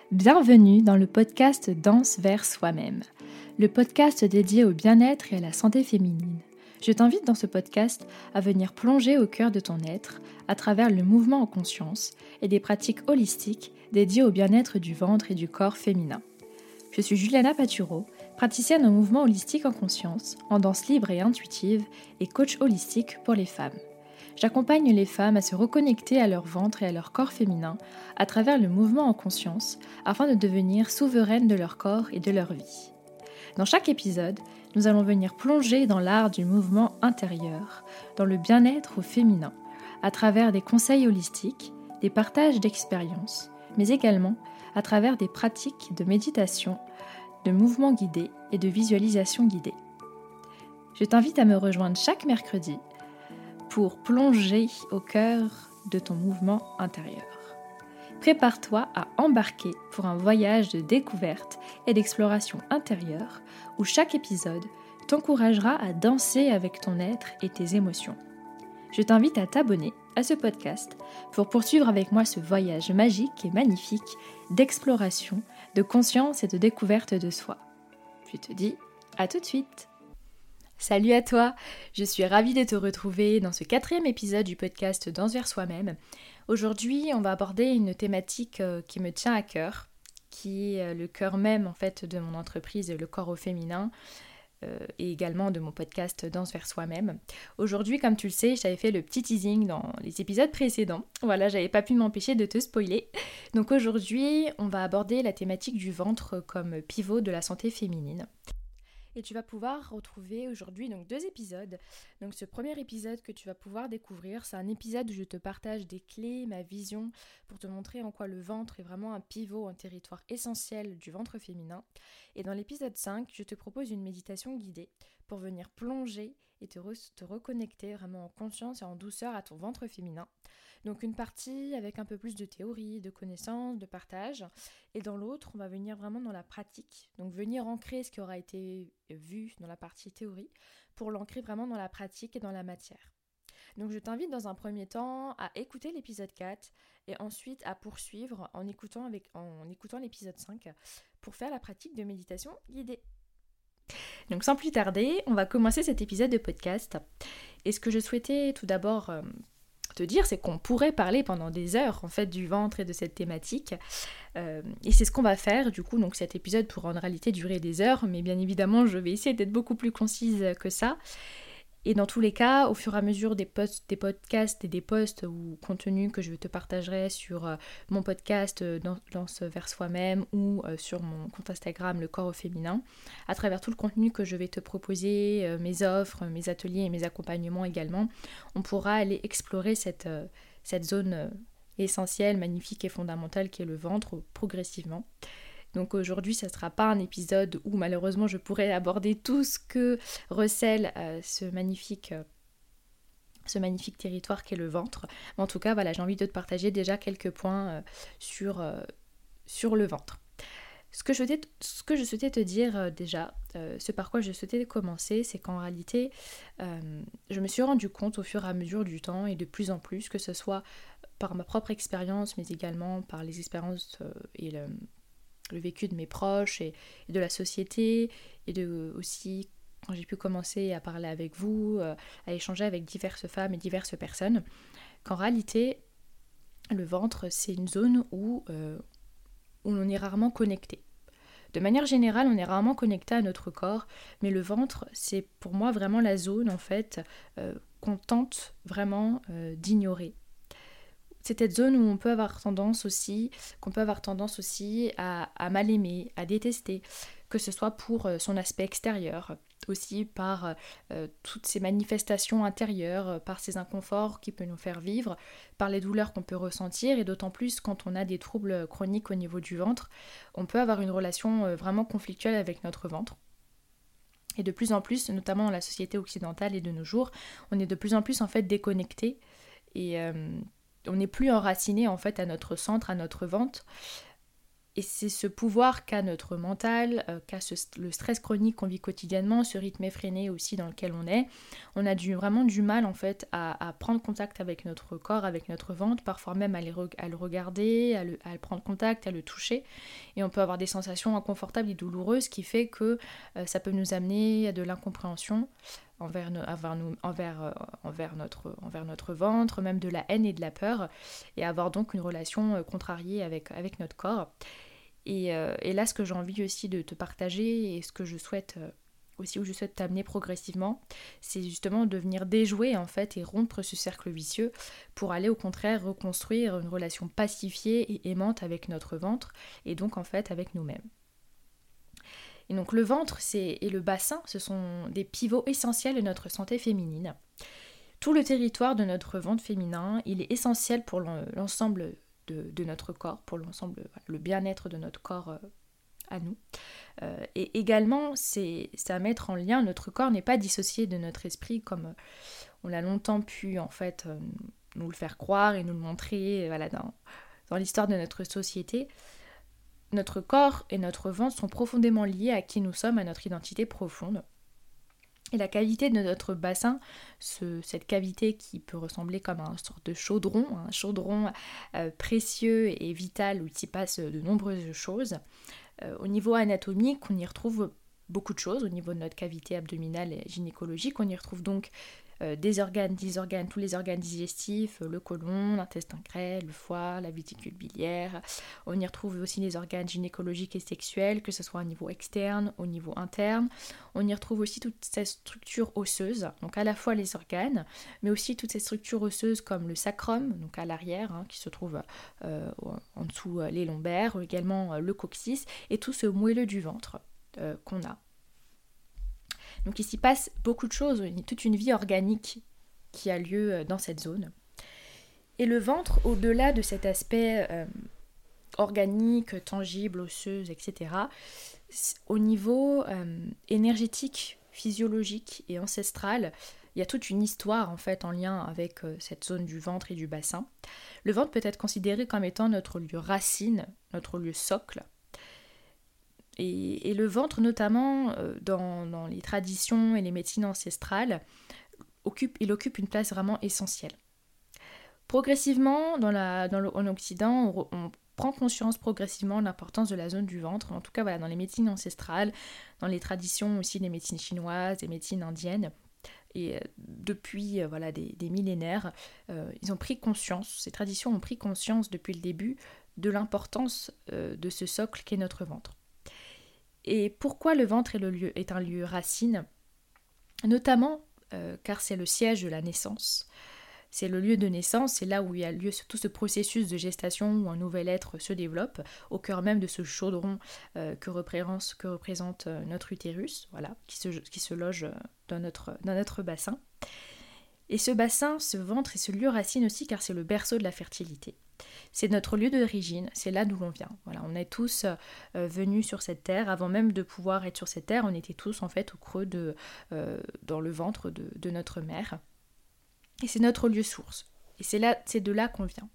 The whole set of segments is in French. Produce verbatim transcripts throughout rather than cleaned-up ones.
Bienvenue dans le podcast Danse vers soi-même, le podcast dédié au bien-être et à la santé féminine. Je t'invite dans ce podcast à venir plonger au cœur de ton être à travers le mouvement en conscience et des pratiques holistiques dédiées au bien-être du ventre et du corps féminin. Je suis Juliana Paturo, praticienne en mouvement holistique en conscience, en danse libre et intuitive et coach holistique pour les femmes. J'accompagne les femmes à se reconnecter à leur ventre et à leur corps féminin à travers le mouvement en conscience afin de devenir souveraines de leur corps et de leur vie. Dans chaque épisode, nous allons venir plonger dans l'art du mouvement intérieur, dans le bien-être au féminin, à travers des conseils holistiques, des partages d'expériences, mais également à travers des pratiques de méditation, de mouvements guidés et de visualisation guidée. Je t'invite à me rejoindre chaque mercredi pour plonger au cœur de ton mouvement intérieur. Prépare-toi à embarquer pour un voyage de découverte et d'exploration intérieure où chaque épisode t'encouragera à danser avec ton être et tes émotions. Je t'invite à t'abonner à ce podcast pour poursuivre avec moi ce voyage magique et magnifique d'exploration, de conscience et de découverte de soi. Je te dis à tout de suite. Salut à toi, je suis ravie de te retrouver dans ce quatrième épisode du podcast Danse vers soi-même. Aujourd'hui, on va aborder une thématique qui me tient à cœur, qui est le cœur même en fait de mon entreprise, le corps au féminin, euh, et également de mon podcast Danse vers soi-même. Aujourd'hui, comme tu le sais, j'avais fait le petit teasing dans les épisodes précédents. Voilà, j'avais pas pu m'empêcher de te spoiler. Donc aujourd'hui, on va aborder la thématique du ventre comme pivot de la santé féminine. Et tu vas pouvoir retrouver aujourd'hui donc deux épisodes. Donc ce premier épisode que tu vas pouvoir découvrir, c'est un épisode où je te partage des clés, ma vision, pour te montrer en quoi le ventre est vraiment un pivot, un territoire essentiel du ventre féminin. Et dans l'épisode cinq, je te propose une méditation guidée pour venir plonger et te, re- te reconnecter vraiment en conscience et en douceur à ton ventre féminin. Donc une partie avec un peu plus de théorie, de connaissances, de partage, et dans l'autre, on va venir vraiment dans la pratique, donc venir ancrer ce qui aura été vu dans la partie théorie, pour l'ancrer vraiment dans la pratique et dans la matière. Donc je t'invite dans un premier temps à écouter l'épisode quatre, et ensuite à poursuivre en écoutant, avec, en écoutant l'épisode cinq, pour faire la pratique de méditation guidée. Donc sans plus tarder, on va commencer cet épisode de podcast, et ce que je souhaitais tout d'abord Euh, te dire, c'est qu'on pourrait parler pendant des heures en fait du ventre et de cette thématique, euh, et c'est ce qu'on va faire du coup. Donc cet épisode pourra en réalité durer des heures, mais bien évidemment je vais essayer d'être beaucoup plus concise que ça. Et dans tous les cas, au fur et à mesure des, posts, des podcasts et des posts ou contenus que je te partagerai sur euh, mon podcast euh, Danse vers soi-même ou euh, sur mon compte Instagram Le Corps au Féminin, à travers tout le contenu que je vais te proposer, euh, mes offres, mes ateliers et mes accompagnements également, on pourra aller explorer cette, euh, cette zone euh, essentielle, magnifique et fondamentale qui est le ventre progressivement. Donc aujourd'hui, ça ne sera pas un épisode où malheureusement je pourrais aborder tout ce que recèle euh, ce, magnifique, euh, ce magnifique territoire qu'est le ventre. Mais en tout cas, voilà, j'ai envie de te partager déjà quelques points euh, sur, euh, sur le ventre. Ce que je souhaitais, ce que je souhaitais te dire euh, déjà, euh, ce par quoi je souhaitais commencer, c'est qu'en réalité, euh, je me suis rendu compte au fur et à mesure du temps et de plus en plus, que ce soit par ma propre expérience, mais également par les expériences euh, et le... le vécu de mes proches et, et de la société, et de aussi quand j'ai pu commencer à parler avec vous, euh, à échanger avec diverses femmes et diverses personnes, qu'en réalité le ventre c'est une zone où, euh, où on est rarement connecté. De manière générale, on est rarement connecté à notre corps, mais le ventre c'est pour moi vraiment la zone en fait euh, qu'on tente vraiment euh, d'ignorer. C'est cette zone où on peut avoir tendance aussi, qu'on peut avoir tendance aussi à, à mal aimer, à détester, que ce soit pour son aspect extérieur, aussi par euh, toutes ces manifestations intérieures, par ces inconforts qu'il peut nous faire vivre, par les douleurs qu'on peut ressentir, et d'autant plus quand on a des troubles chroniques au niveau du ventre, on peut avoir une relation vraiment conflictuelle avec notre ventre. Et de plus en plus, notamment dans la société occidentale et de nos jours, on est de plus en plus en fait déconnecté, et euh, on n'est plus enraciné en fait à notre centre, à notre ventre. Et c'est ce pouvoir qu'a notre mental, euh, qu'a ce, le stress chronique qu'on vit quotidiennement, ce rythme effréné aussi dans lequel on est. On a du, vraiment du mal en fait à, à prendre contact avec notre corps, avec notre ventre, parfois même à, les, à le regarder, à le, à le prendre contact, à le toucher. Et on peut avoir des sensations inconfortables et douloureuses, ce qui fait que euh, ça peut nous amener à de l'incompréhension envers, no, envers, nous, envers, euh, envers, notre, envers notre ventre, même de la haine et de la peur, et avoir donc une relation euh, contrariée avec, avec notre corps. Et, euh, et là, ce que j'ai envie aussi de te partager et ce que je souhaite euh, aussi, où je souhaite t'amener progressivement, c'est justement de venir déjouer en fait et rompre ce cercle vicieux pour aller au contraire reconstruire une relation pacifiée et aimante avec notre ventre et donc en fait avec nous-mêmes. Et donc le ventre c'est, et le bassin, ce sont des pivots essentiels de notre santé féminine. Tout le territoire de notre ventre féminin, il est essentiel pour l'ensemble De, de notre corps, pour l'ensemble, voilà, le bien-être de notre corps euh, à nous. Euh, et également, c'est, c'est à mettre en lien, notre corps n'est pas dissocié de notre esprit comme euh, on l'a longtemps pu en fait euh, nous le faire croire et nous le montrer euh, voilà, dans, dans l'histoire de notre société. Notre corps et notre ventre sont profondément liés à qui nous sommes, à notre identité profonde. Et la cavité de notre bassin, ce, cette cavité qui peut ressembler comme un sorte de chaudron, un chaudron euh, précieux et vital où il s'y passe de nombreuses choses. Euh, au niveau anatomique, on y retrouve beaucoup de choses. Au niveau de notre cavité abdominale et gynécologique, on y retrouve donc euh, des organes, dix organes, tous les organes digestifs, le côlon, l'intestin grêle, le foie, la véhicule biliaire. On y retrouve aussi les organes gynécologiques et sexuels, que ce soit au niveau externe, au niveau interne. On y retrouve aussi toutes ces structures osseuses, donc à la fois les organes, mais aussi toutes ces structures osseuses comme le sacrum, donc à l'arrière, hein, qui se trouve euh, en dessous euh, les lombaires, également euh, le coccyx, et tout ce moelleux du ventre euh, qu'on a. Donc il s'y passe beaucoup de choses, toute une vie organique qui a lieu dans cette zone. Et le ventre, au-delà de cet aspect euh, organique, tangible, osseux, et cetera, au niveau euh, énergétique, physiologique et ancestral, il y a toute une histoire en fait en lien avec euh, cette zone du ventre et du bassin. Le ventre peut être considéré comme étant notre lieu racine, notre lieu socle. Et, et le ventre, notamment euh, dans, dans les traditions et les médecines ancestrales, occupe, il occupe une place vraiment essentielle. Progressivement, dans la, dans le, en Occident, on, on prend conscience progressivement de l'importance de la zone du ventre. En tout cas, voilà, dans les médecines ancestrales, dans les traditions aussi des médecines chinoises, des médecines indiennes. Et euh, depuis euh, voilà, des, des millénaires, euh, ils ont pris conscience, ces traditions ont pris conscience depuis le début de l'importance euh, de ce socle qu'est notre ventre. Et pourquoi le ventre est, le lieu, est un lieu racine ? Notamment euh, car c'est le siège de la naissance. C'est le lieu de naissance, c'est là où il y a lieu tout ce processus de gestation où un nouvel être se développe, au cœur même de ce chaudron euh, que représente, que représente euh, notre utérus, voilà, qui se, qui se loge dans notre, dans notre bassin. Et ce bassin, ce ventre est ce lieu racine aussi car c'est le berceau de la fertilité. C'est notre lieu d'origine, c'est là d'où l'on vient. Voilà, on est tous euh, venus sur cette terre. Avant même de pouvoir être sur cette terre, on était tous en fait au creux de, euh, dans le ventre de, de notre mère. Et c'est notre lieu source. Et c'est, là, c'est de là qu'on vient.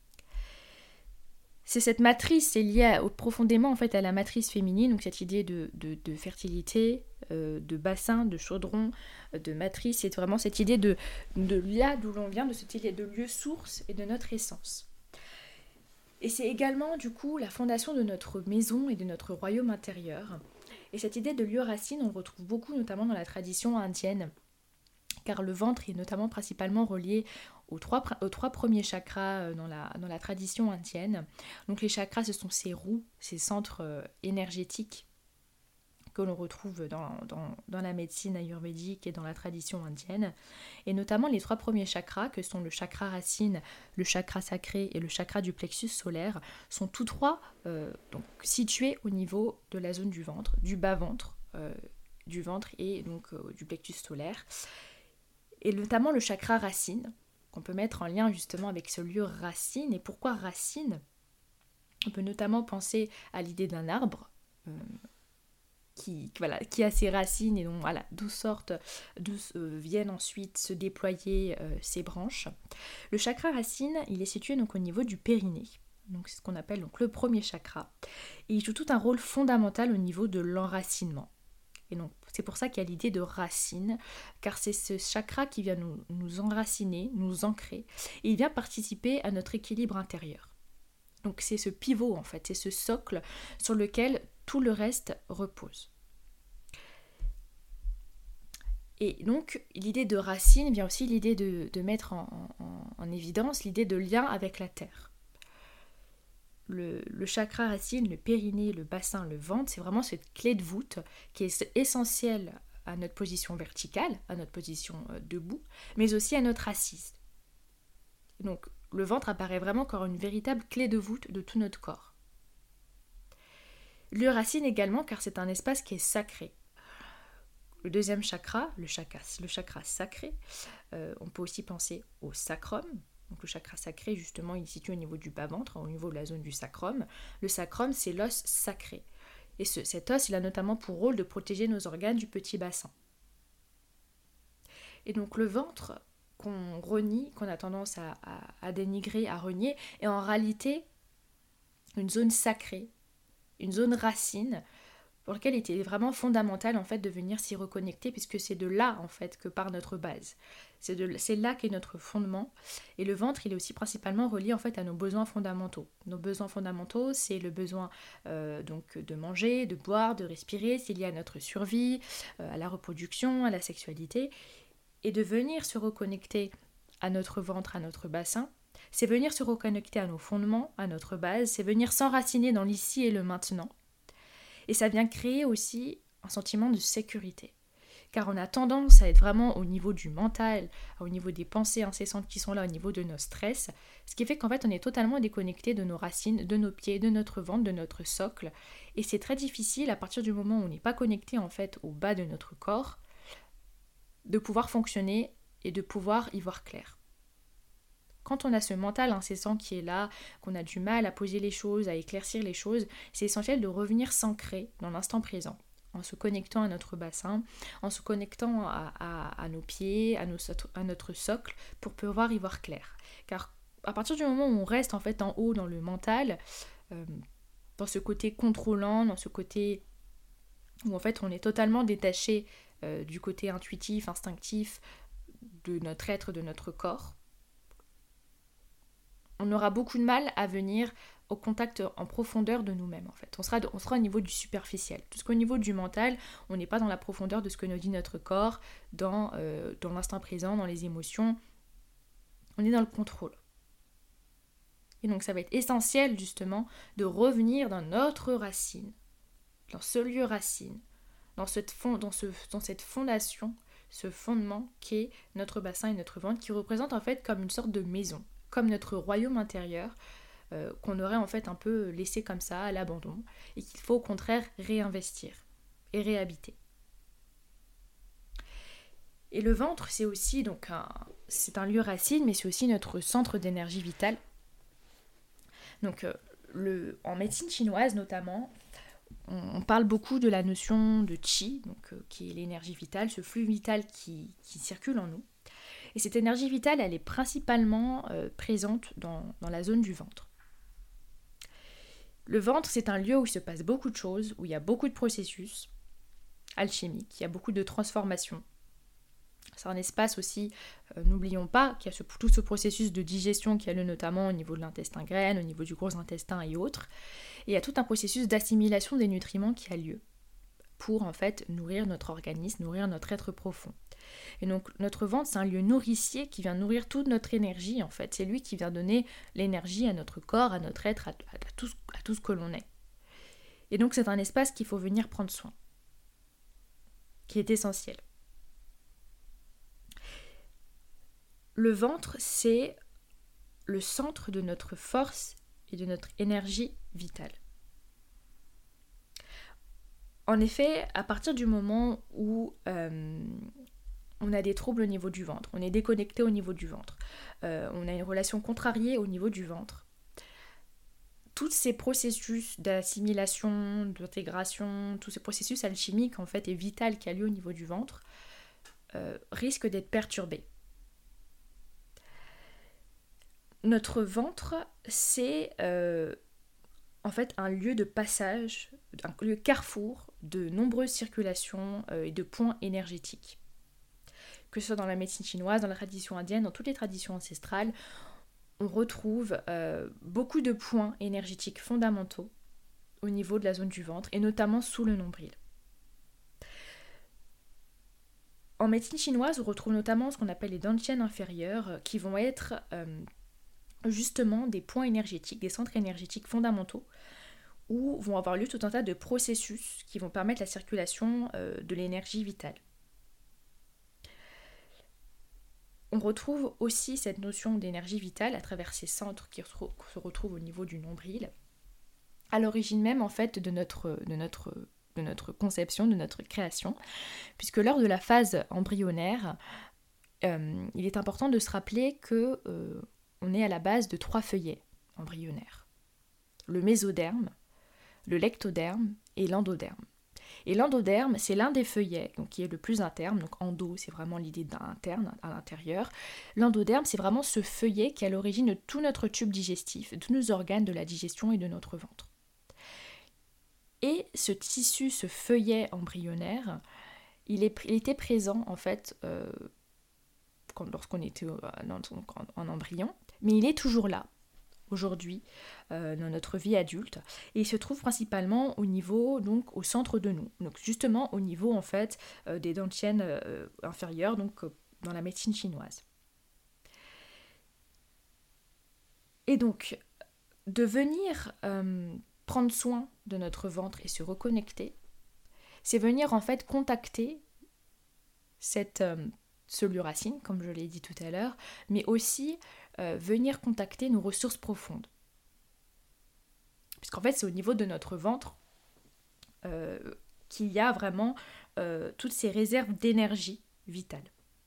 C'est cette matrice, c'est lié à, profondément en fait à la matrice féminine, donc cette idée de, de, de fertilité, euh, de bassin, de chaudron, de matrice, c'est vraiment cette idée de, de là d'où l'on vient, de cette idée de lieu source et de notre essence. Et c'est également du coup la fondation de notre maison et de notre royaume intérieur. Et cette idée de lieu racine, on le retrouve beaucoup notamment dans la tradition indienne, car le ventre est notamment principalement relié aux trois, aux trois premiers chakras dans la, dans la tradition indienne. Donc les chakras, ce sont ces roues, ces centres euh, énergétiques que l'on retrouve dans, dans, dans la médecine ayurvédique et dans la tradition indienne. Et notamment les trois premiers chakras, que sont le chakra racine, le chakra sacré et le chakra du plexus solaire, sont tous trois euh, donc, situés au niveau de la zone du ventre, du bas-ventre, euh, du ventre et donc euh, du plexus solaire. Et notamment le chakra racine, qu'on peut mettre en lien justement avec ce lieu racine. Et pourquoi racine ? On peut notamment penser à l'idée d'un arbre, euh, Qui, voilà, qui a ses racines et donc, voilà, d'où sortent, d'où euh, viennent ensuite se déployer euh, ses branches. Le chakra racine, il est situé donc au niveau du périnée. donc c'est ce qu'on appelle donc, le premier chakra. Et il joue tout un rôle fondamental au niveau de l'enracinement. Et donc c'est pour ça qu'il y a l'idée de racine, car c'est ce chakra qui vient nous, nous enraciner, nous ancrer, et il vient participer à notre équilibre intérieur. Donc c'est ce pivot en fait, c'est ce socle sur lequel tout le reste repose. Et donc l'idée de racine vient aussi l'idée de, de mettre en, en, en évidence l'idée de lien avec la terre. Le, le chakra racine, le périnée, le bassin, le ventre, c'est vraiment cette clé de voûte qui est essentielle à notre position verticale, à notre position euh, debout, mais aussi à notre assise. Donc le ventre apparaît vraiment comme une véritable clé de voûte de tout notre corps. Le racine également, car c'est un espace qui est sacré. Le deuxième chakra, le chakra, le chakra sacré, euh, on peut aussi penser au sacrum. Donc le chakra sacré, justement, il est situé au niveau du bas-ventre, au niveau de la zone du sacrum. Le sacrum, c'est l'os sacré. Et ce, cet os, il a notamment pour rôle de protéger nos organes du petit bassin. Et donc le ventre qu'on renie, qu'on a tendance à, à, à dénigrer, à renier, est en réalité une zone sacrée, une zone racine, pour laquelle il était vraiment fondamental en fait de venir s'y reconnecter, puisque c'est de là en fait que part notre base. C'est, de, c'est là qu'est notre fondement. Et le ventre, il est aussi principalement relié en fait à nos besoins fondamentaux. Nos besoins fondamentaux, c'est le besoin euh, donc de manger, de boire, de respirer, c'est lié à notre survie, euh, à la reproduction, à la sexualité. Et de venir se reconnecter à notre ventre, à notre bassin, c'est venir se reconnecter à nos fondements, à notre base, c'est venir s'enraciner dans l'ici et le maintenant. Et ça vient créer aussi un sentiment de sécurité. Car on a tendance à être vraiment au niveau du mental, au niveau des pensées incessantes qui sont là, au niveau de nos stress, ce qui fait qu'en fait on est totalement déconnecté de nos racines, de nos pieds, de notre ventre, de notre socle. Et c'est très difficile à partir du moment où on n'est pas connecté en fait au bas de notre corps, de pouvoir fonctionner et de pouvoir y voir clair. Quand on a ce mental incessant qui est là, qu'on a du mal à poser les choses, à éclaircir les choses, c'est essentiel de revenir s'ancrer dans l'instant présent, en se connectant à notre bassin, en se connectant à, à, à nos pieds, à, nos, à notre socle, pour pouvoir y voir clair. Car à partir du moment où on reste en fait en haut dans le mental, euh, dans ce côté contrôlant, dans ce côté où en fait on est totalement détaché euh, du côté intuitif, instinctif de notre être, de notre corps, on aura beaucoup de mal à venir au contact en profondeur de nous-mêmes en fait. On sera, on sera au niveau du superficiel. Tout ce qu'au niveau du mental, on n'est pas dans la profondeur de ce que nous dit notre corps, dans, euh, dans l'instant présent, dans les émotions. On est dans le contrôle. Et donc ça va être essentiel justement de revenir dans notre racine, dans ce lieu racine, dans cette, fond, dans ce, dans cette fondation, ce fondement qui est notre bassin et notre ventre, qui représente en fait comme une sorte de maison, comme notre royaume intérieur, euh, qu'on aurait en fait un peu laissé comme ça à l'abandon, et qu'il faut au contraire réinvestir et réhabiter. Et le ventre, c'est aussi donc un, c'est un lieu racine, mais c'est aussi notre centre d'énergie vitale. Donc euh, le, en médecine chinoise notamment, on, on parle beaucoup de la notion de qi, donc, euh, qui est l'énergie vitale, ce flux vital qui, qui circule en nous. Et cette énergie vitale, elle est principalement euh, présente dans, dans la zone du ventre. Le ventre, c'est un lieu où il se passe beaucoup de choses, où il y a beaucoup de processus alchimiques, il y a beaucoup de transformations. C'est un espace aussi, euh, n'oublions pas, qu'il y a ce, tout ce processus de digestion qui a lieu notamment au niveau de l'intestin grêle, au niveau du gros intestin et autres. Et il y a tout un processus d'assimilation des nutriments qui a lieu pour en fait nourrir notre organisme, nourrir notre être profond. Et donc notre ventre, c'est un lieu nourricier qui vient nourrir toute notre énergie en fait. C'est lui qui vient donner l'énergie à notre corps, à notre être, à, à, tout, à tout ce que l'on est. Et donc c'est un espace qu'il faut venir prendre soin, qui est essentiel. Le ventre, c'est le centre de notre force et de notre énergie vitale. En effet, à partir du moment où euh, on a des troubles au niveau du ventre, on est déconnecté au niveau du ventre, euh, on a une relation contrariée au niveau du ventre, tous ces processus d'assimilation, d'intégration, tous ces processus alchimiques en fait et vital qui a lieu au niveau du ventre euh, risquent d'être perturbés. notre ventre, c'est euh, en fait un lieu de passage, un lieu carrefour de nombreuses circulations euh, et de points énergétiques. Que ce soit dans la médecine chinoise, dans la tradition indienne, dans toutes les traditions ancestrales, on retrouve euh, beaucoup de points énergétiques fondamentaux au niveau de la zone du ventre, et notamment sous le nombril. En médecine chinoise, on retrouve notamment ce qu'on appelle les dantian inférieurs, qui vont être euh, justement des points énergétiques, des centres énergétiques fondamentaux, où vont avoir lieu tout un tas de processus qui vont permettre la circulation euh, de l'énergie vitale. On retrouve aussi cette notion d'énergie vitale à travers ces centres qui se retrouvent au niveau du nombril, à l'origine même en fait de notre, de notre, de notre conception, de notre création, puisque lors de la phase embryonnaire, euh, il est important de se rappeler que euh, on est à la base de trois feuillets embryonnaires. Le mésoderme, le lectoderme et l'endoderme. Et l'endoderme, c'est l'un des feuillets donc, qui est le plus interne, donc endo, c'est vraiment l'idée d'interne, à l'intérieur. L'endoderme, c'est vraiment ce feuillet qui est à l'origine de tout notre tube digestif, de tous nos organes de la digestion et de notre ventre. Et ce tissu, ce feuillet embryonnaire, il, est, il était présent en fait euh, quand, lorsqu'on était euh, en, en embryon, mais il est toujours là aujourd'hui euh, dans notre vie adulte, et il se trouve principalement au niveau, donc au centre de nous, donc justement au niveau en fait euh, des dantian euh, inférieures, donc euh, dans la médecine chinoise. Et donc de venir euh, prendre soin de notre ventre et se reconnecter, c'est venir en fait contacter cette euh, soluracine, comme je l'ai dit tout à l'heure, mais aussi euh, venir contacter nos ressources profondes. Puisqu'en fait, c'est au niveau de notre ventre euh, qu'il y a vraiment euh, toutes ces réserves d'énergie vitale.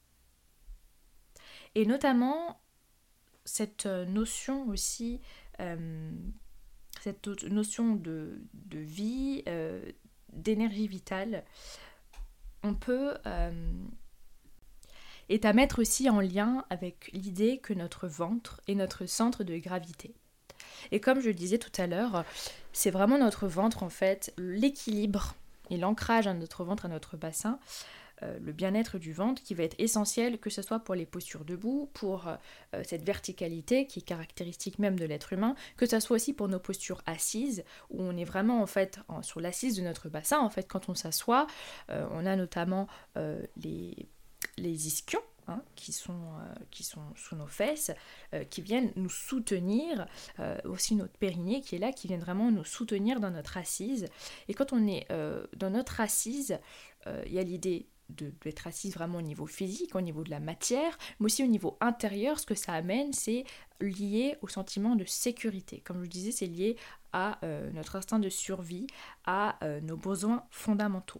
Et notamment, cette notion aussi, euh, cette notion de, de vie, euh, d'énergie vitale, on peut... Euh, est à mettre aussi en lien avec l'idée que notre ventre est notre centre de gravité. Et comme je le disais tout à l'heure, c'est vraiment notre ventre en fait, l'équilibre et l'ancrage à notre ventre, à notre bassin, euh, le bien-être du ventre qui va être essentiel, que ce soit pour les postures debout, pour euh, cette verticalité qui est caractéristique même de l'être humain, que ce soit aussi pour nos postures assises, où on est vraiment en fait en, sur l'assise de notre bassin. En fait, quand on s'assoit, euh, on a notamment euh, les... les ischions, hein, qui, sont, euh, qui sont sous nos fesses, euh, qui viennent nous soutenir, euh, aussi notre périnée qui est là, qui viennent vraiment nous soutenir dans notre assise. Et quand on est euh, dans notre assise, euh, il y a l'idée de, d'être assise vraiment au niveau physique, au niveau de la matière, mais aussi au niveau intérieur. Ce que ça amène, c'est lié au sentiment de sécurité. Comme je vous disais, c'est lié à euh, notre instinct de survie, à euh, nos besoins fondamentaux.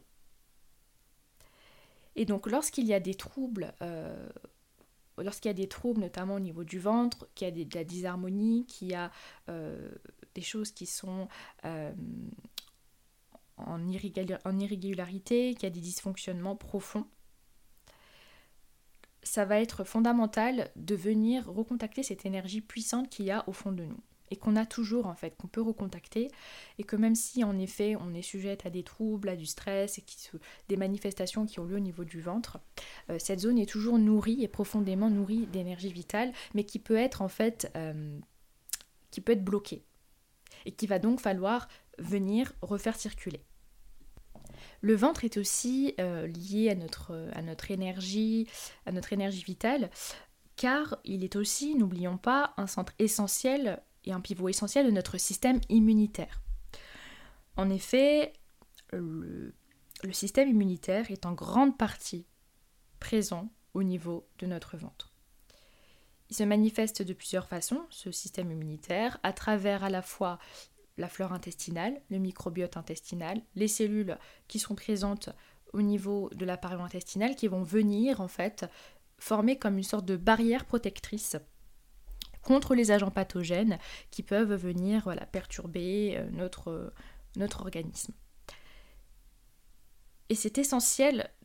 Et donc lorsqu'il y a des troubles, euh, lorsqu'il y a des troubles notamment au niveau du ventre, qu'il y a des, de la disharmonie, qu'il y a euh, des choses qui sont euh, en, irrégular- en irrégularité, qu'il y a des dysfonctionnements profonds, ça va être fondamental de venir recontacter cette énergie puissante qu'il y a au fond de nous. Et qu'on a toujours en fait, qu'on peut recontacter, et que même si en effet on est sujette à des troubles, à du stress, et qui se, des manifestations qui ont lieu au niveau du ventre, euh, cette zone est toujours nourrie et profondément nourrie d'énergie vitale, mais qui peut être en fait, euh, qui peut être bloquée, et qu'il va donc falloir venir refaire circuler. Le ventre est aussi euh, lié à notre, à notre énergie, à notre énergie vitale, car il est aussi, n'oublions pas, un centre essentiel et un pivot essentiel de notre système immunitaire. En effet, le, le système immunitaire est en grande partie présent au niveau de notre ventre. Il se manifeste de plusieurs façons, ce système immunitaire, à travers à la fois la flore intestinale, le microbiote intestinal, les cellules qui sont présentes au niveau de l'appareil intestinal, qui vont venir en fait former comme une sorte de barrière protectrice contre les agents pathogènes qui peuvent venir voilà, perturber notre, notre organisme. Et c'est essentiel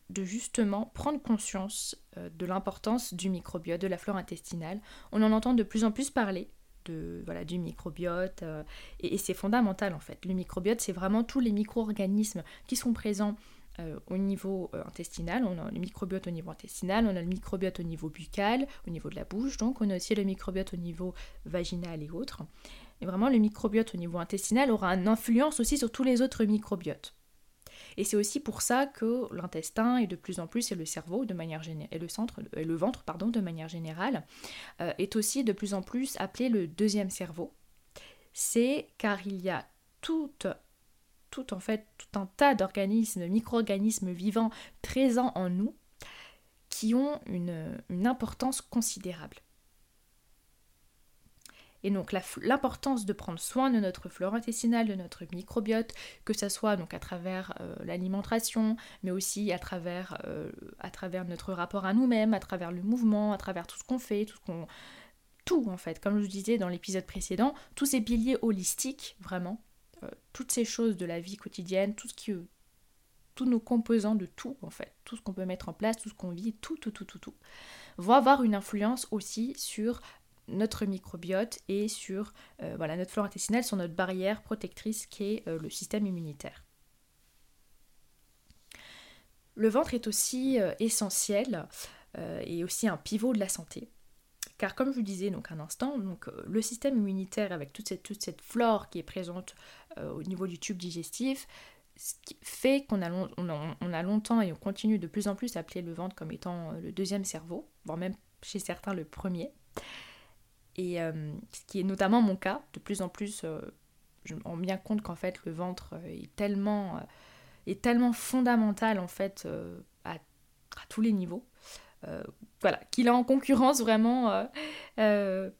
de justement prendre conscience euh, de l'importance du microbiote, de la flore intestinale. On en entend de plus en plus parler de, voilà, du microbiote euh, et, et c'est fondamental en fait. Le microbiote, c'est vraiment tous les micro-organismes qui sont présents euh, au niveau euh, intestinal. On a le microbiote au niveau intestinal, on a le microbiote au niveau buccal, au niveau de la bouche, donc on a aussi le microbiote au niveau vaginal et autres. Et vraiment, le microbiote au niveau intestinal aura une influence aussi sur tous les autres microbiotes. Et c'est aussi pour ça que l'intestin est de plus en plus, et le cerveau de manière générale, et le, centre, et le ventre pardon, de manière générale, euh, est aussi de plus en plus appelé le deuxième cerveau. C'est car il y a tout, tout, en fait, tout un tas d'organismes, micro-organismes vivants présents en nous qui ont une, une importance considérable. Et donc la, l'importance de prendre soin de notre flore intestinale, de notre microbiote, que ce soit donc à travers euh, l'alimentation, mais aussi à travers, euh, à travers notre rapport à nous-mêmes, à travers le mouvement, à travers tout ce qu'on fait, tout ce qu'on... Tout en fait, comme je vous disais dans l'épisode précédent, tous ces piliers holistiques, vraiment, euh, toutes ces choses de la vie quotidienne, tout ce qui... tous nos composants de tout en fait, tout ce qu'on peut mettre en place, tout ce qu'on vit, tout, tout, tout, tout, tout, vont avoir une influence aussi sur notre microbiote et sur euh, voilà, notre flore intestinale, sur notre barrière protectrice qui est euh, le système immunitaire. Le ventre est aussi euh, essentiel euh, et aussi un pivot de la santé. Car comme je vous disais donc un instant, donc, euh, le système immunitaire avec toute cette, toute cette flore qui est présente euh, au niveau du tube digestif, ce qui fait qu'on a, long, on a, on a longtemps et on continue de plus en plus à appeler le ventre comme étant euh, le deuxième cerveau, voire même chez certains le premier. Et euh, ce qui est notamment mon cas, de plus en plus, euh, je me rends bien compte qu'en fait le ventre est tellement, euh, est tellement fondamental en fait euh, à, à tous les niveaux. Euh, voilà, qu'il est en concurrence vraiment euh, euh,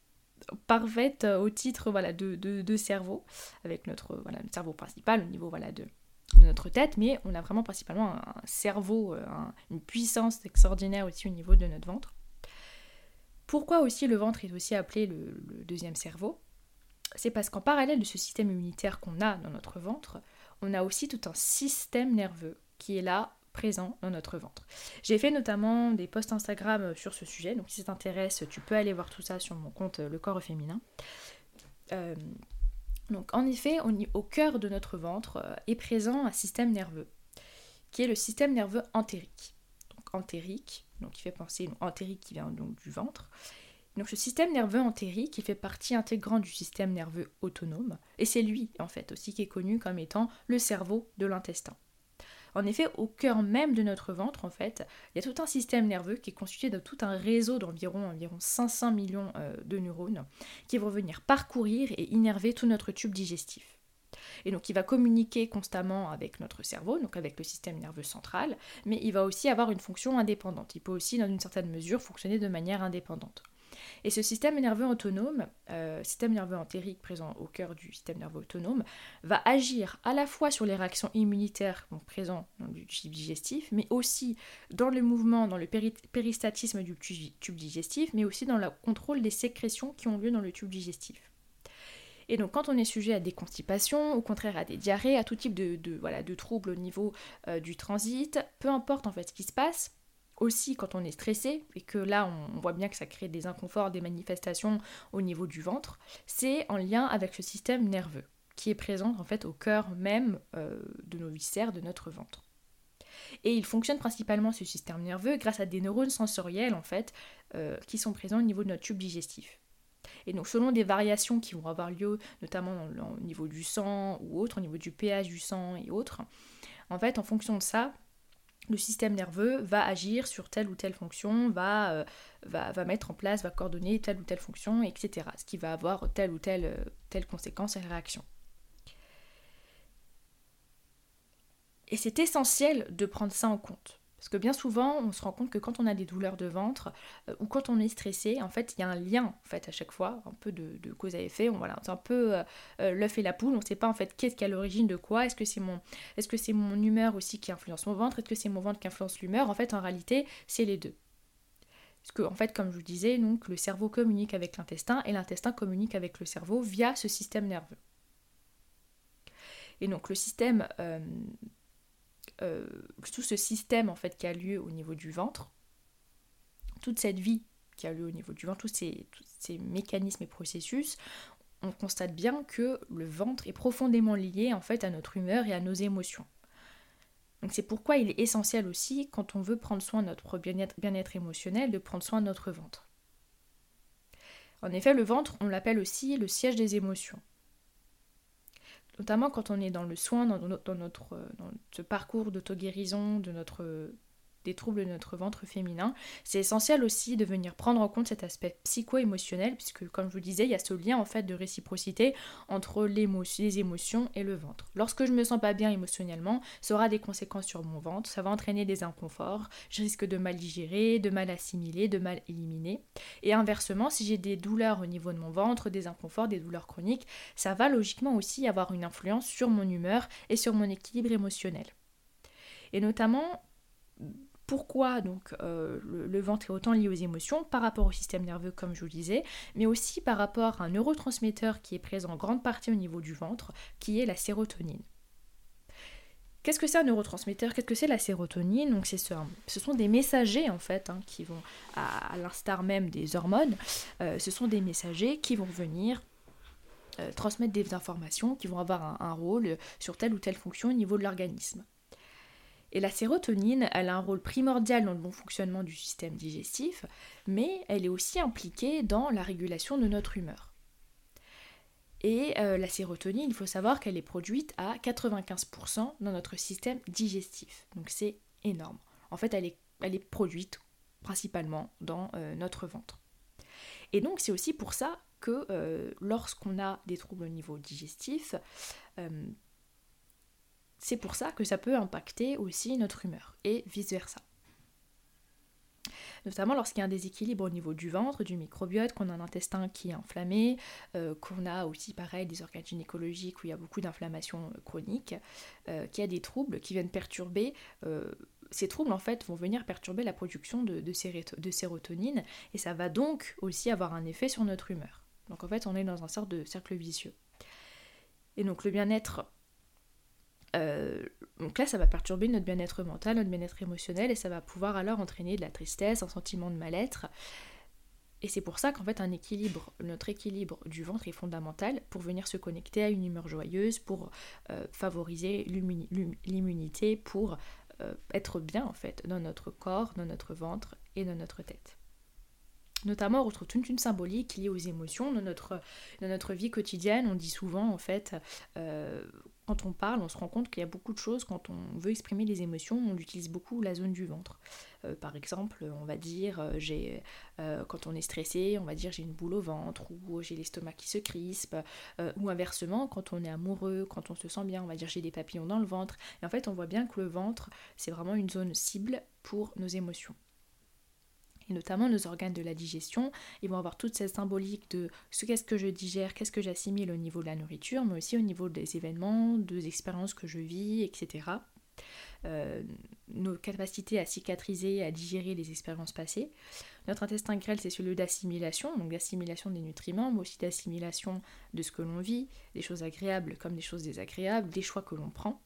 parfaite au titre voilà, de, de, de cerveau, avec notre, voilà, notre cerveau principal au niveau voilà, de, de notre tête, mais on a vraiment principalement un, un cerveau, un, une puissance extraordinaire aussi au niveau de notre ventre. Pourquoi aussi le ventre est aussi appelé le, le deuxième cerveau ? C'est parce qu'en parallèle de ce système immunitaire qu'on a dans notre ventre, on a aussi tout un système nerveux qui est là, présent dans notre ventre. J'ai fait notamment des posts Instagram sur ce sujet, donc si ça t'intéresse, tu peux aller voir tout ça sur mon compte Le Corps Féminin. Euh, donc en effet, on y, au cœur de notre ventre euh, est présent un système nerveux, qui est le système nerveux entérique. Donc entérique, donc il fait penser, donc entérique qui vient donc du ventre. Donc ce système nerveux entérique, il fait partie intégrante du système nerveux autonome, et c'est lui en fait aussi qui est connu comme étant le cerveau de l'intestin. En effet, au cœur même de notre ventre, en fait, il y a tout un système nerveux qui est constitué de tout un réseau d'environ environ cinq cents millions euh, de neurones qui vont venir parcourir et innerver tout notre tube digestif. Et donc il va communiquer constamment avec notre cerveau, donc avec le système nerveux central, mais il va aussi avoir une fonction indépendante. Il peut aussi, dans une certaine mesure, fonctionner de manière indépendante. Et ce système nerveux autonome, euh, système nerveux entérique présent au cœur du système nerveux autonome, va agir à la fois sur les réactions immunitaires donc, présentes dans le tube digestif, mais aussi dans le mouvement, dans le péri- péristatisme du tube digestif, mais aussi dans le contrôle des sécrétions qui ont lieu dans le tube digestif. Et donc quand on est sujet à des constipations, au contraire à des diarrhées, à tout type de, de, voilà, de troubles au niveau euh, du transit, peu importe en fait ce qui se passe, aussi quand on est stressé, et que là on voit bien que ça crée des inconforts, des manifestations au niveau du ventre, c'est en lien avec ce système nerveux qui est présent en fait au cœur même euh, de nos viscères, de notre ventre. Et il fonctionne principalement ce système nerveux grâce à des neurones sensoriels en fait euh, qui sont présents au niveau de notre tube digestif. Et donc selon des variations qui vont avoir lieu, notamment au niveau du sang ou autre, au niveau du pH du sang et autres, en fait en fonction de ça, le système nerveux va agir sur telle ou telle fonction, va, euh, va, va mettre en place, va coordonner telle ou telle fonction, et cetera. Ce qui va avoir telle ou telle, euh, telle conséquence et réaction. Et c'est essentiel de prendre ça en compte. Parce que bien souvent, on se rend compte que quand on a des douleurs de ventre euh, ou quand on est stressé, en fait, il y a un lien en fait, à chaque fois, un peu de, de cause à effet. On, voilà, c'est un peu euh, euh, l'œuf et la poule. On ne sait pas en fait qu'est-ce qui est à l'origine de quoi. Est-ce que c'est mon, est-ce que c'est mon humeur aussi qui influence mon ventre? Est-ce que c'est mon ventre qui influence l'humeur? En fait, en réalité, c'est les deux. Parce que, en fait, comme je vous disais, donc, le cerveau communique avec l'intestin et l'intestin communique avec le cerveau via ce système nerveux. Et donc, le système... Euh, euh, tout ce système en fait qui a lieu au niveau du ventre, toute cette vie qui a lieu au niveau du ventre, tous ces, tous ces mécanismes et processus, on constate bien que le ventre est profondément lié en fait à notre humeur et à nos émotions. Donc c'est pourquoi il est essentiel aussi, quand on veut prendre soin de notre bien-être, bien-être émotionnel, de prendre soin de notre ventre. En effet, le ventre, on l'appelle aussi le siège des émotions. Notamment quand on est dans le soin, dans notre, dans notre dans ce parcours d'auto-guérison de notre, des troubles de notre ventre féminin, c'est essentiel aussi de venir prendre en compte cet aspect psycho-émotionnel, puisque comme je vous disais, il y a ce lien en fait de réciprocité entre les émotions et le ventre. Lorsque je me sens pas bien émotionnellement, ça aura des conséquences sur mon ventre, ça va entraîner des inconforts, je risque de mal digérer, de mal assimiler, de mal éliminer. Et inversement, si j'ai des douleurs au niveau de mon ventre, des inconforts, des douleurs chroniques, ça va logiquement aussi avoir une influence sur mon humeur et sur mon équilibre émotionnel. Et notamment, pourquoi donc euh, le, le ventre est autant lié aux émotions par rapport au système nerveux comme je vous le disais, mais aussi par rapport à un neurotransmetteur qui est présent en grande partie au niveau du ventre, qui est la sérotonine. Qu'est-ce que c'est un neurotransmetteur? Qu'est-ce que c'est la sérotonine? Donc c'est ce, ce sont des messagers en fait hein, qui vont, à, à l'instar même des hormones, euh, ce sont des messagers qui vont venir euh, transmettre des informations, qui vont avoir un, un rôle sur telle ou telle fonction au niveau de l'organisme. Et la sérotonine, elle a un rôle primordial dans le bon fonctionnement du système digestif, mais elle est aussi impliquée dans la régulation de notre humeur. Et euh, la sérotonine, il faut savoir qu'elle est produite à quatre-vingt-quinze pour cent dans notre système digestif. Donc c'est énorme. En fait, elle est, elle est produite principalement dans euh, notre ventre. Et donc c'est aussi pour ça que euh, lorsqu'on a des troubles au niveau digestif, euh, c'est pour ça que ça peut impacter aussi notre humeur et vice-versa. Notamment lorsqu'il y a un déséquilibre au niveau du ventre, du microbiote, qu'on a un intestin qui est enflammé, euh, qu'on a aussi pareil des organes gynécologiques où il y a beaucoup d'inflammation chronique, euh, qu'il y a des troubles qui viennent perturber, euh, ces troubles en fait vont venir perturber la production de, de, séréto- de sérotonine et ça va donc aussi avoir un effet sur notre humeur. Donc en fait on est dans un sorte de cercle vicieux. Et donc le bien-être Euh, donc là, ça va perturber notre bien-être mental, notre bien-être émotionnel, et ça va pouvoir alors entraîner de la tristesse, un sentiment de mal-être. Et c'est pour ça qu'en fait, un équilibre, notre équilibre du ventre est fondamental pour venir se connecter à une humeur joyeuse, pour euh, favoriser l'immunité, pour euh, être bien en fait dans notre corps, dans notre ventre et dans notre tête. Notamment, on retrouve toute une symbolique liée aux émotions dans notre, dans notre vie quotidienne. On dit souvent, en fait, euh, quand on parle, on se rend compte qu'il y a beaucoup de choses, quand on veut exprimer les émotions, on utilise beaucoup la zone du ventre. Euh, par exemple, on va dire, euh, j'ai, euh, quand on est stressé, on va dire j'ai une boule au ventre, ou j'ai l'estomac qui se crispe, euh, ou inversement, quand on est amoureux, quand on se sent bien, on va dire j'ai des papillons dans le ventre. Et en fait, on voit bien que le ventre, c'est vraiment une zone cible pour nos émotions. Et notamment nos organes de la digestion, ils vont avoir toute cette symbolique de ce qu'est-ce que je digère, qu'est-ce que j'assimile au niveau de la nourriture, mais aussi au niveau des événements, des expériences que je vis, et cetera. Euh, nos capacités à cicatriser, à digérer les expériences passées. Notre intestin grêle, c'est celui d'assimilation, donc d'assimilation des nutriments, mais aussi d'assimilation de ce que l'on vit, des choses agréables comme des choses désagréables, des choix que l'on prend.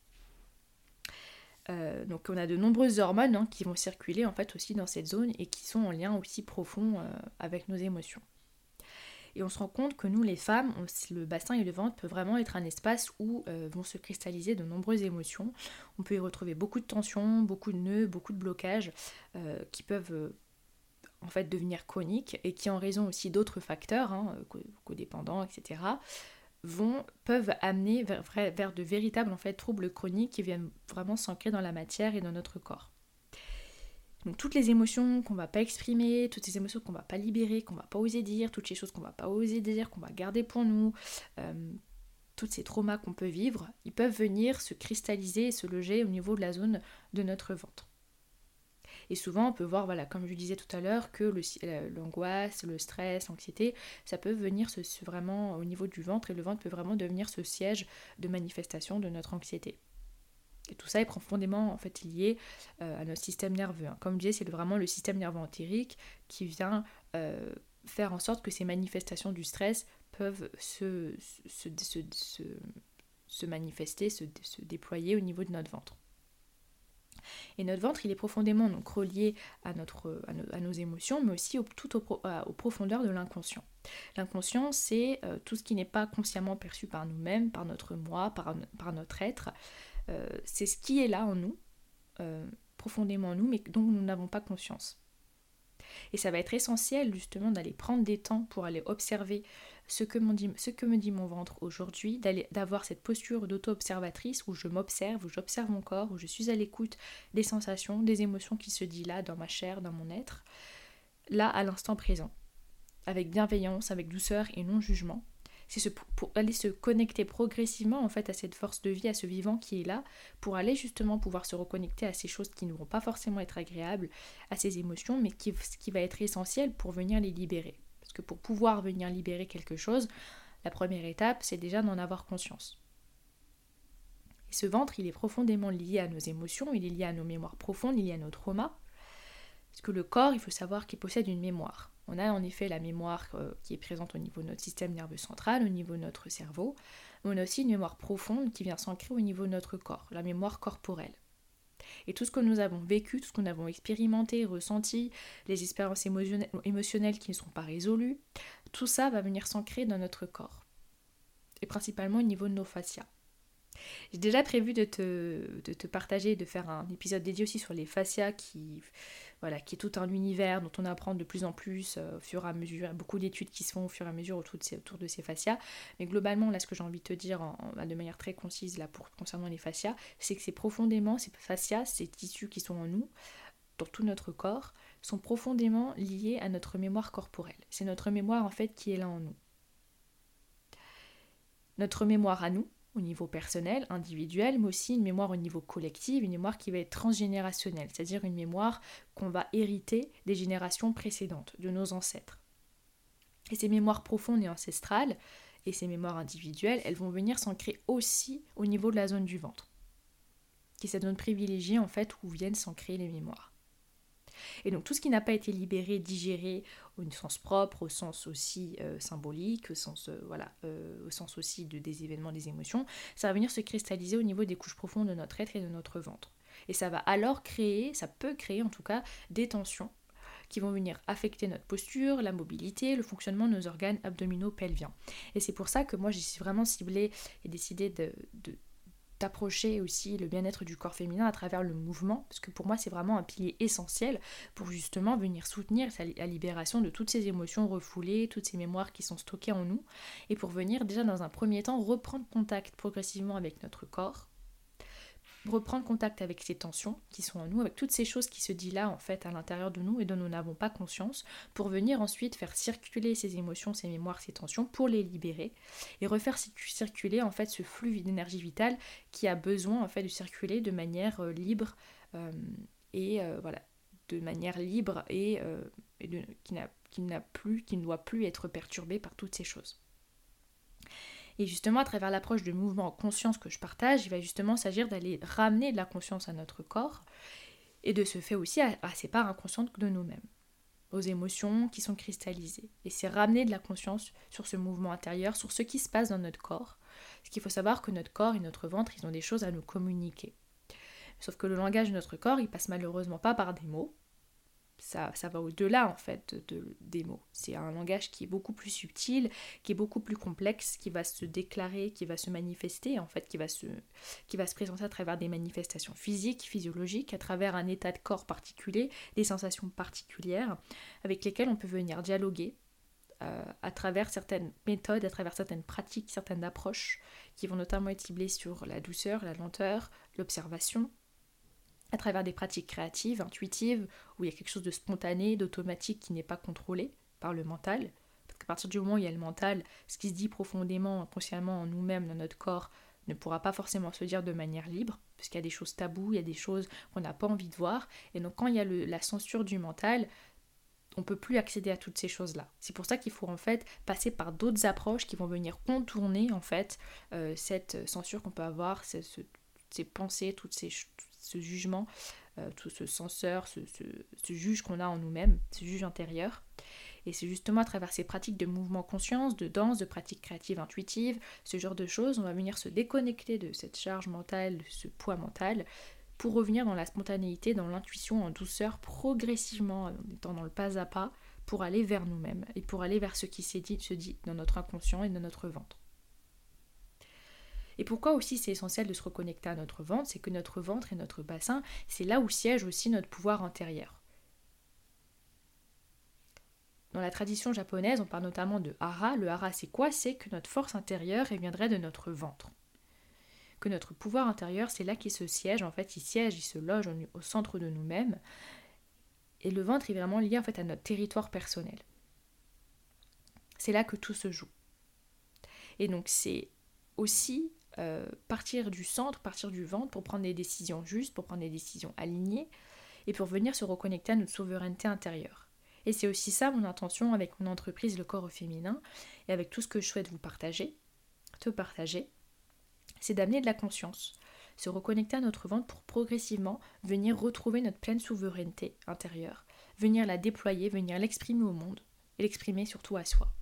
Euh, donc on a de nombreuses hormones hein, qui vont circuler en fait aussi dans cette zone et qui sont en lien aussi profond euh, avec nos émotions. Et on se rend compte que nous les femmes, on, le bassin et le ventre peut vraiment être un espace où euh, vont se cristalliser de nombreuses émotions. On peut y retrouver beaucoup de tensions, beaucoup de nœuds, beaucoup de blocages euh, qui peuvent euh, en fait devenir chroniques et qui en raison aussi d'autres facteurs, hein, codépendants, et cetera, vont, peuvent amener vers, vers de véritables en fait, troubles chroniques qui viennent vraiment s'ancrer dans la matière et dans notre corps. Donc toutes les émotions qu'on ne va pas exprimer, toutes ces émotions qu'on ne va pas libérer, qu'on ne va pas oser dire, toutes les choses qu'on ne va pas oser dire, qu'on va garder pour nous, euh, tous ces traumas qu'on peut vivre, ils peuvent venir se cristalliser et se loger au niveau de la zone de notre ventre. Et souvent, on peut voir, voilà, comme je disais tout à l'heure, que le, l'angoisse, le stress, l'anxiété, ça peut venir se, se vraiment au niveau du ventre, et le ventre peut vraiment devenir ce siège de manifestation de notre anxiété. Et tout ça est profondément en fait, lié euh, à notre système nerveux. Hein. Comme je disais, c'est vraiment le système nerveux entérique qui vient euh, faire en sorte que ces manifestations du stress peuvent se, se, se, se, se manifester, se, se déployer au niveau de notre ventre. Et notre ventre, il est profondément donc relié à, notre, à, nos, à nos émotions, mais aussi au, tout au, à, aux profondeurs de l'inconscient. L'inconscient, c'est euh, tout ce qui n'est pas consciemment perçu par nous-mêmes, par notre moi, par, par notre être. Euh, c'est ce qui est là en nous, euh, profondément en nous, mais dont nous n'avons pas conscience. Et ça va être essentiel justement d'aller prendre des temps pour aller observer ce que, mon dit, ce que me dit mon ventre aujourd'hui, d'aller, d'avoir cette posture d'auto-observatrice où je m'observe, où j'observe mon corps, où je suis à l'écoute des sensations, des émotions qui se disent là dans ma chair, dans mon être, là à l'instant présent, avec bienveillance, avec douceur et non jugement. C'est ce, pour aller se connecter progressivement en fait à cette force de vie, à ce vivant qui est là, pour aller justement pouvoir se reconnecter à ces choses qui ne vont pas forcément être agréables, à ces émotions, mais qui, qui va être essentiel pour venir les libérer. Parce que pour pouvoir venir libérer quelque chose, la première étape, c'est déjà d'en avoir conscience. Et ce ventre, il est profondément lié à nos émotions, il est lié à nos mémoires profondes, il est lié à nos traumas. Parce que le corps, il faut savoir qu'il possède une mémoire. On a en effet la mémoire euh, qui est présente au niveau de notre système nerveux central, au niveau de notre cerveau, mais on a aussi une mémoire profonde qui vient s'ancrer au niveau de notre corps, la mémoire corporelle. Et tout ce que nous avons vécu, tout ce que nous avons expérimenté, ressenti, les expériences émotionnelles qui ne sont pas résolues, tout ça va venir s'ancrer dans notre corps. Et principalement au niveau de nos fascias. J'ai déjà prévu de te, de te partager, de faire un épisode dédié aussi sur les fascias qui, voilà, qui est tout un univers dont on apprend de plus en plus euh, au fur et à mesure. Il y a beaucoup d'études qui se font au fur et à mesure autour de ces, autour de ces fascias. Mais globalement, là, ce que j'ai envie de te dire en, en, de manière très concise là, pour, concernant les fascias, c'est que c'est profondément, ces fascias, ces tissus qui sont en nous, dans tout notre corps, sont profondément liés à notre mémoire corporelle. C'est notre mémoire en fait qui est là en nous. Notre mémoire à nous, au niveau personnel, individuel, mais aussi une mémoire au niveau collectif, une mémoire qui va être transgénérationnelle, c'est-à-dire une mémoire qu'on va hériter des générations précédentes, de nos ancêtres. Et ces mémoires profondes et ancestrales, et ces mémoires individuelles, elles vont venir s'ancrer aussi au niveau de la zone du ventre, qui est cette zone privilégiée en fait où viennent s'ancrer les mémoires. Et donc tout ce qui n'a pas été libéré, digéré au sens propre, au sens aussi euh, symbolique, au sens, euh, voilà, euh, au sens aussi de, des événements, des émotions, ça va venir se cristalliser au niveau des couches profondes de notre être et de notre ventre. Et ça va alors créer, ça peut créer en tout cas des tensions qui vont venir affecter notre posture, la mobilité, le fonctionnement de nos organes abdominaux pelviens. Et c'est pour ça que moi j'ai vraiment ciblé et décidé de... de d'approcher aussi le bien-être du corps féminin à travers le mouvement, parce que pour moi c'est vraiment un pilier essentiel pour justement venir soutenir la libération de toutes ces émotions refoulées, toutes ces mémoires qui sont stockées en nous, et pour venir déjà dans un premier temps reprendre contact progressivement avec notre corps, reprendre contact avec ces tensions qui sont en nous, avec toutes ces choses qui se disent là en fait à l'intérieur de nous et dont nous n'avons pas conscience, pour venir ensuite faire circuler ces émotions, ces mémoires, ces tensions, pour les libérer et refaire circuler en fait ce flux d'énergie vitale qui a besoin en fait de circuler de manière euh, libre euh, et euh, voilà, de manière libre et, euh, et de, qui n'a, qui n'a plus, qui ne doit plus être perturbée par toutes ces choses. Et justement, à travers l'approche de mouvement en conscience que je partage, il va justement s'agir d'aller ramener de la conscience à notre corps et de ce fait aussi à, à ces parts inconscientes de nous-mêmes, aux émotions qui sont cristallisées. Et c'est ramener de la conscience sur ce mouvement intérieur, sur ce qui se passe dans notre corps. Parce qu'il faut savoir que notre corps et notre ventre, ils ont des choses à nous communiquer. Sauf que le langage de notre corps, il passe malheureusement pas par des mots. Ça, ça va au-delà en fait de, de, des mots. C'est un langage qui est beaucoup plus subtil, qui est beaucoup plus complexe, qui va se déclarer, qui va se manifester en fait, qui va se, qui va se présenter à travers des manifestations physiques, physiologiques, à travers un état de corps particulier, des sensations particulières avec lesquelles on peut venir dialoguer euh, à travers certaines méthodes, à travers certaines pratiques, certaines approches qui vont notamment être ciblées sur la douceur, la lenteur, l'observation, à travers des pratiques créatives, intuitives, où il y a quelque chose de spontané, d'automatique qui n'est pas contrôlé par le mental. Parce qu'à partir du moment où il y a le mental, ce qui se dit profondément, inconsciemment en nous-mêmes, dans notre corps, ne pourra pas forcément se dire de manière libre, parce qu'il y a des choses taboues, il y a des choses qu'on n'a pas envie de voir. Et donc quand il y a le, la censure du mental, on ne peut plus accéder à toutes ces choses-là. C'est pour ça qu'il faut en fait passer par d'autres approches qui vont venir contourner en fait euh, cette censure qu'on peut avoir, ces, ce, ces pensées, toutes ces choses, ce jugement, euh, tout ce censeur, ce, ce, ce juge qu'on a en nous-mêmes, ce juge intérieur. Et c'est justement à travers ces pratiques de mouvement conscience, de danse, de pratiques créatives intuitives, ce genre de choses, on va venir se déconnecter de cette charge mentale, de ce poids mental, pour revenir dans la spontanéité, dans l'intuition, en douceur, progressivement, en étant dans le pas à pas, pour aller vers nous-mêmes et pour aller vers ce qui s'est dit, se dit dans notre inconscient et dans notre ventre. Et pourquoi aussi c'est essentiel de se reconnecter à notre ventre, c'est que notre ventre et notre bassin, c'est là où siège aussi notre pouvoir intérieur. Dans la tradition japonaise, on parle notamment de hara. Le hara, c'est quoi ? C'est que notre force intérieure elle viendrait de notre ventre. Que notre pouvoir intérieur, c'est là qu'il se siège. En fait, il siège, il se loge au, au centre de nous-mêmes. Et le ventre est vraiment lié en fait à notre territoire personnel. C'est là que tout se joue. Et donc, c'est aussi euh, partir du centre, partir du ventre pour prendre des décisions justes, pour prendre des décisions alignées et pour venir se reconnecter à notre souveraineté intérieure. Et c'est aussi ça mon intention avec mon entreprise Le Corps au Féminin et avec tout ce que je souhaite vous partager, te partager, c'est d'amener de la conscience, se reconnecter à notre ventre pour progressivement venir retrouver notre pleine souveraineté intérieure, venir la déployer, venir l'exprimer au monde et l'exprimer surtout à soi.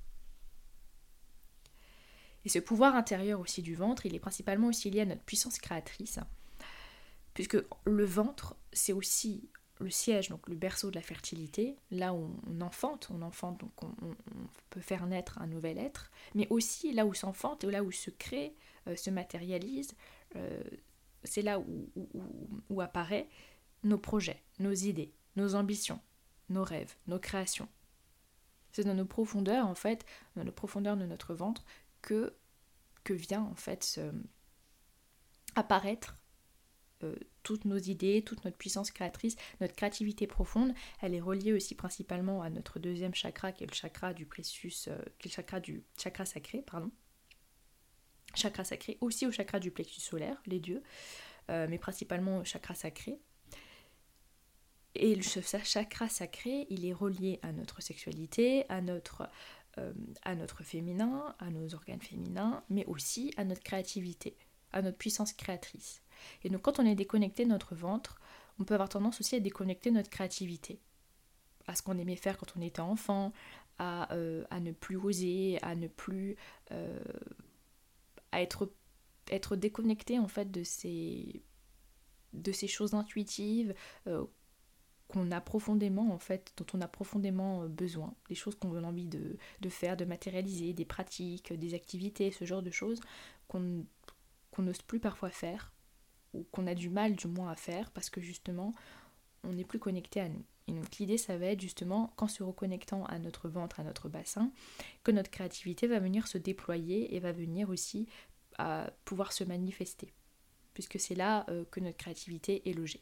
Et ce pouvoir intérieur aussi du ventre, il est principalement aussi lié à notre puissance créatrice, puisque le ventre, c'est aussi le siège, donc le berceau de la fertilité, là où on enfante, on enfante, donc on, on, on peut faire naître un nouvel être, mais aussi là où s'enfante, là où se crée, euh, se matérialise, euh, c'est là où, où, où, où apparaissent nos projets, nos idées, nos ambitions, nos rêves, nos créations. C'est dans nos profondeurs, en fait, dans nos profondeurs de notre ventre, que, que vient en fait se, apparaître euh, toutes nos idées, toute notre puissance créatrice, notre créativité profonde. Elle est reliée aussi principalement à notre deuxième chakra, qui est le chakra du plexus, euh, qui est le chakra du chakra sacré, pardon. Chakra sacré, aussi au chakra du plexus solaire, les dieux, euh, mais principalement au chakra sacré. Et le chakra sacré, il est relié à notre sexualité, à notre, euh, à notre féminin, à nos organes féminins, mais aussi à notre créativité, à notre puissance créatrice. Et donc quand on est déconnecté de notre ventre, on peut avoir tendance aussi à déconnecter notre créativité, à ce qu'on aimait faire quand on était enfant, à, euh, à ne plus oser, à ne plus... Euh, à être, être déconnecté en fait de ces, de ces choses intuitives, euh, qu'on a profondément en fait, dont on a profondément besoin, des choses qu'on a envie de, de faire, de matérialiser, des pratiques, des activités, ce genre de choses qu'on qu'on n'ose plus parfois faire, ou qu'on a du mal du moins à faire, parce que justement on n'est plus connecté à nous. Et donc l'idée ça va être justement, qu'en se reconnectant à notre ventre, à notre bassin, que notre créativité va venir se déployer et va venir aussi à pouvoir se manifester, puisque c'est là euh, que notre créativité est logée.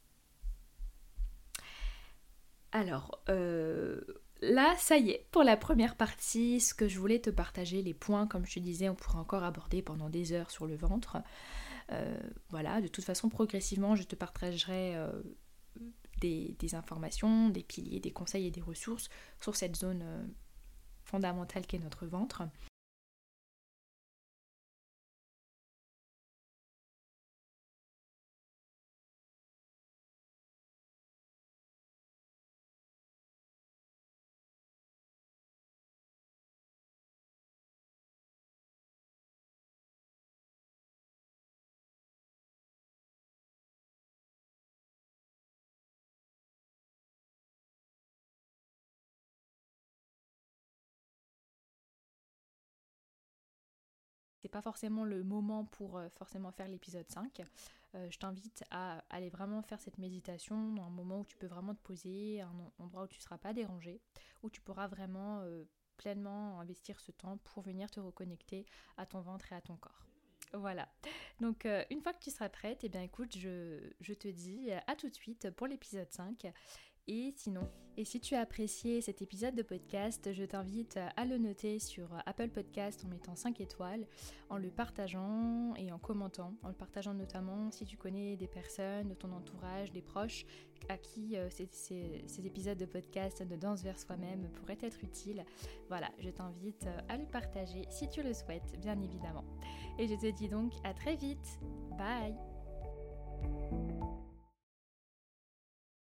Alors, euh, là, ça y est, pour la première partie, ce que je voulais te partager, les points, comme je te disais, on pourrait encore aborder pendant des heures sur le ventre. Euh, voilà, de toute façon, progressivement, je te partagerai euh, des, des informations, des piliers, des conseils et des ressources sur cette zone euh, fondamentale qu'est notre ventre. C'est pas forcément le moment pour euh, forcément faire l'épisode cinq. Euh, je t'invite à aller vraiment faire cette méditation dans un moment où tu peux vraiment te poser, un endroit où tu ne seras pas dérangé, où tu pourras vraiment euh, pleinement investir ce temps pour venir te reconnecter à ton ventre et à ton corps. Voilà. Donc euh, une fois que tu seras prête, eh bien écoute, je, je te dis à tout de suite pour l'épisode cinq. Et sinon, et si tu as apprécié cet épisode de podcast, je t'invite à le noter sur Apple Podcast en mettant cinq étoiles, en le partageant et en commentant, en le partageant notamment si tu connais des personnes de ton entourage, des proches à qui euh, ces, ces, ces épisodes de podcast de Danse vers soi-même pourraient être utiles. Voilà, je t'invite à le partager si tu le souhaites, bien évidemment. Et je te dis donc à très vite. Bye!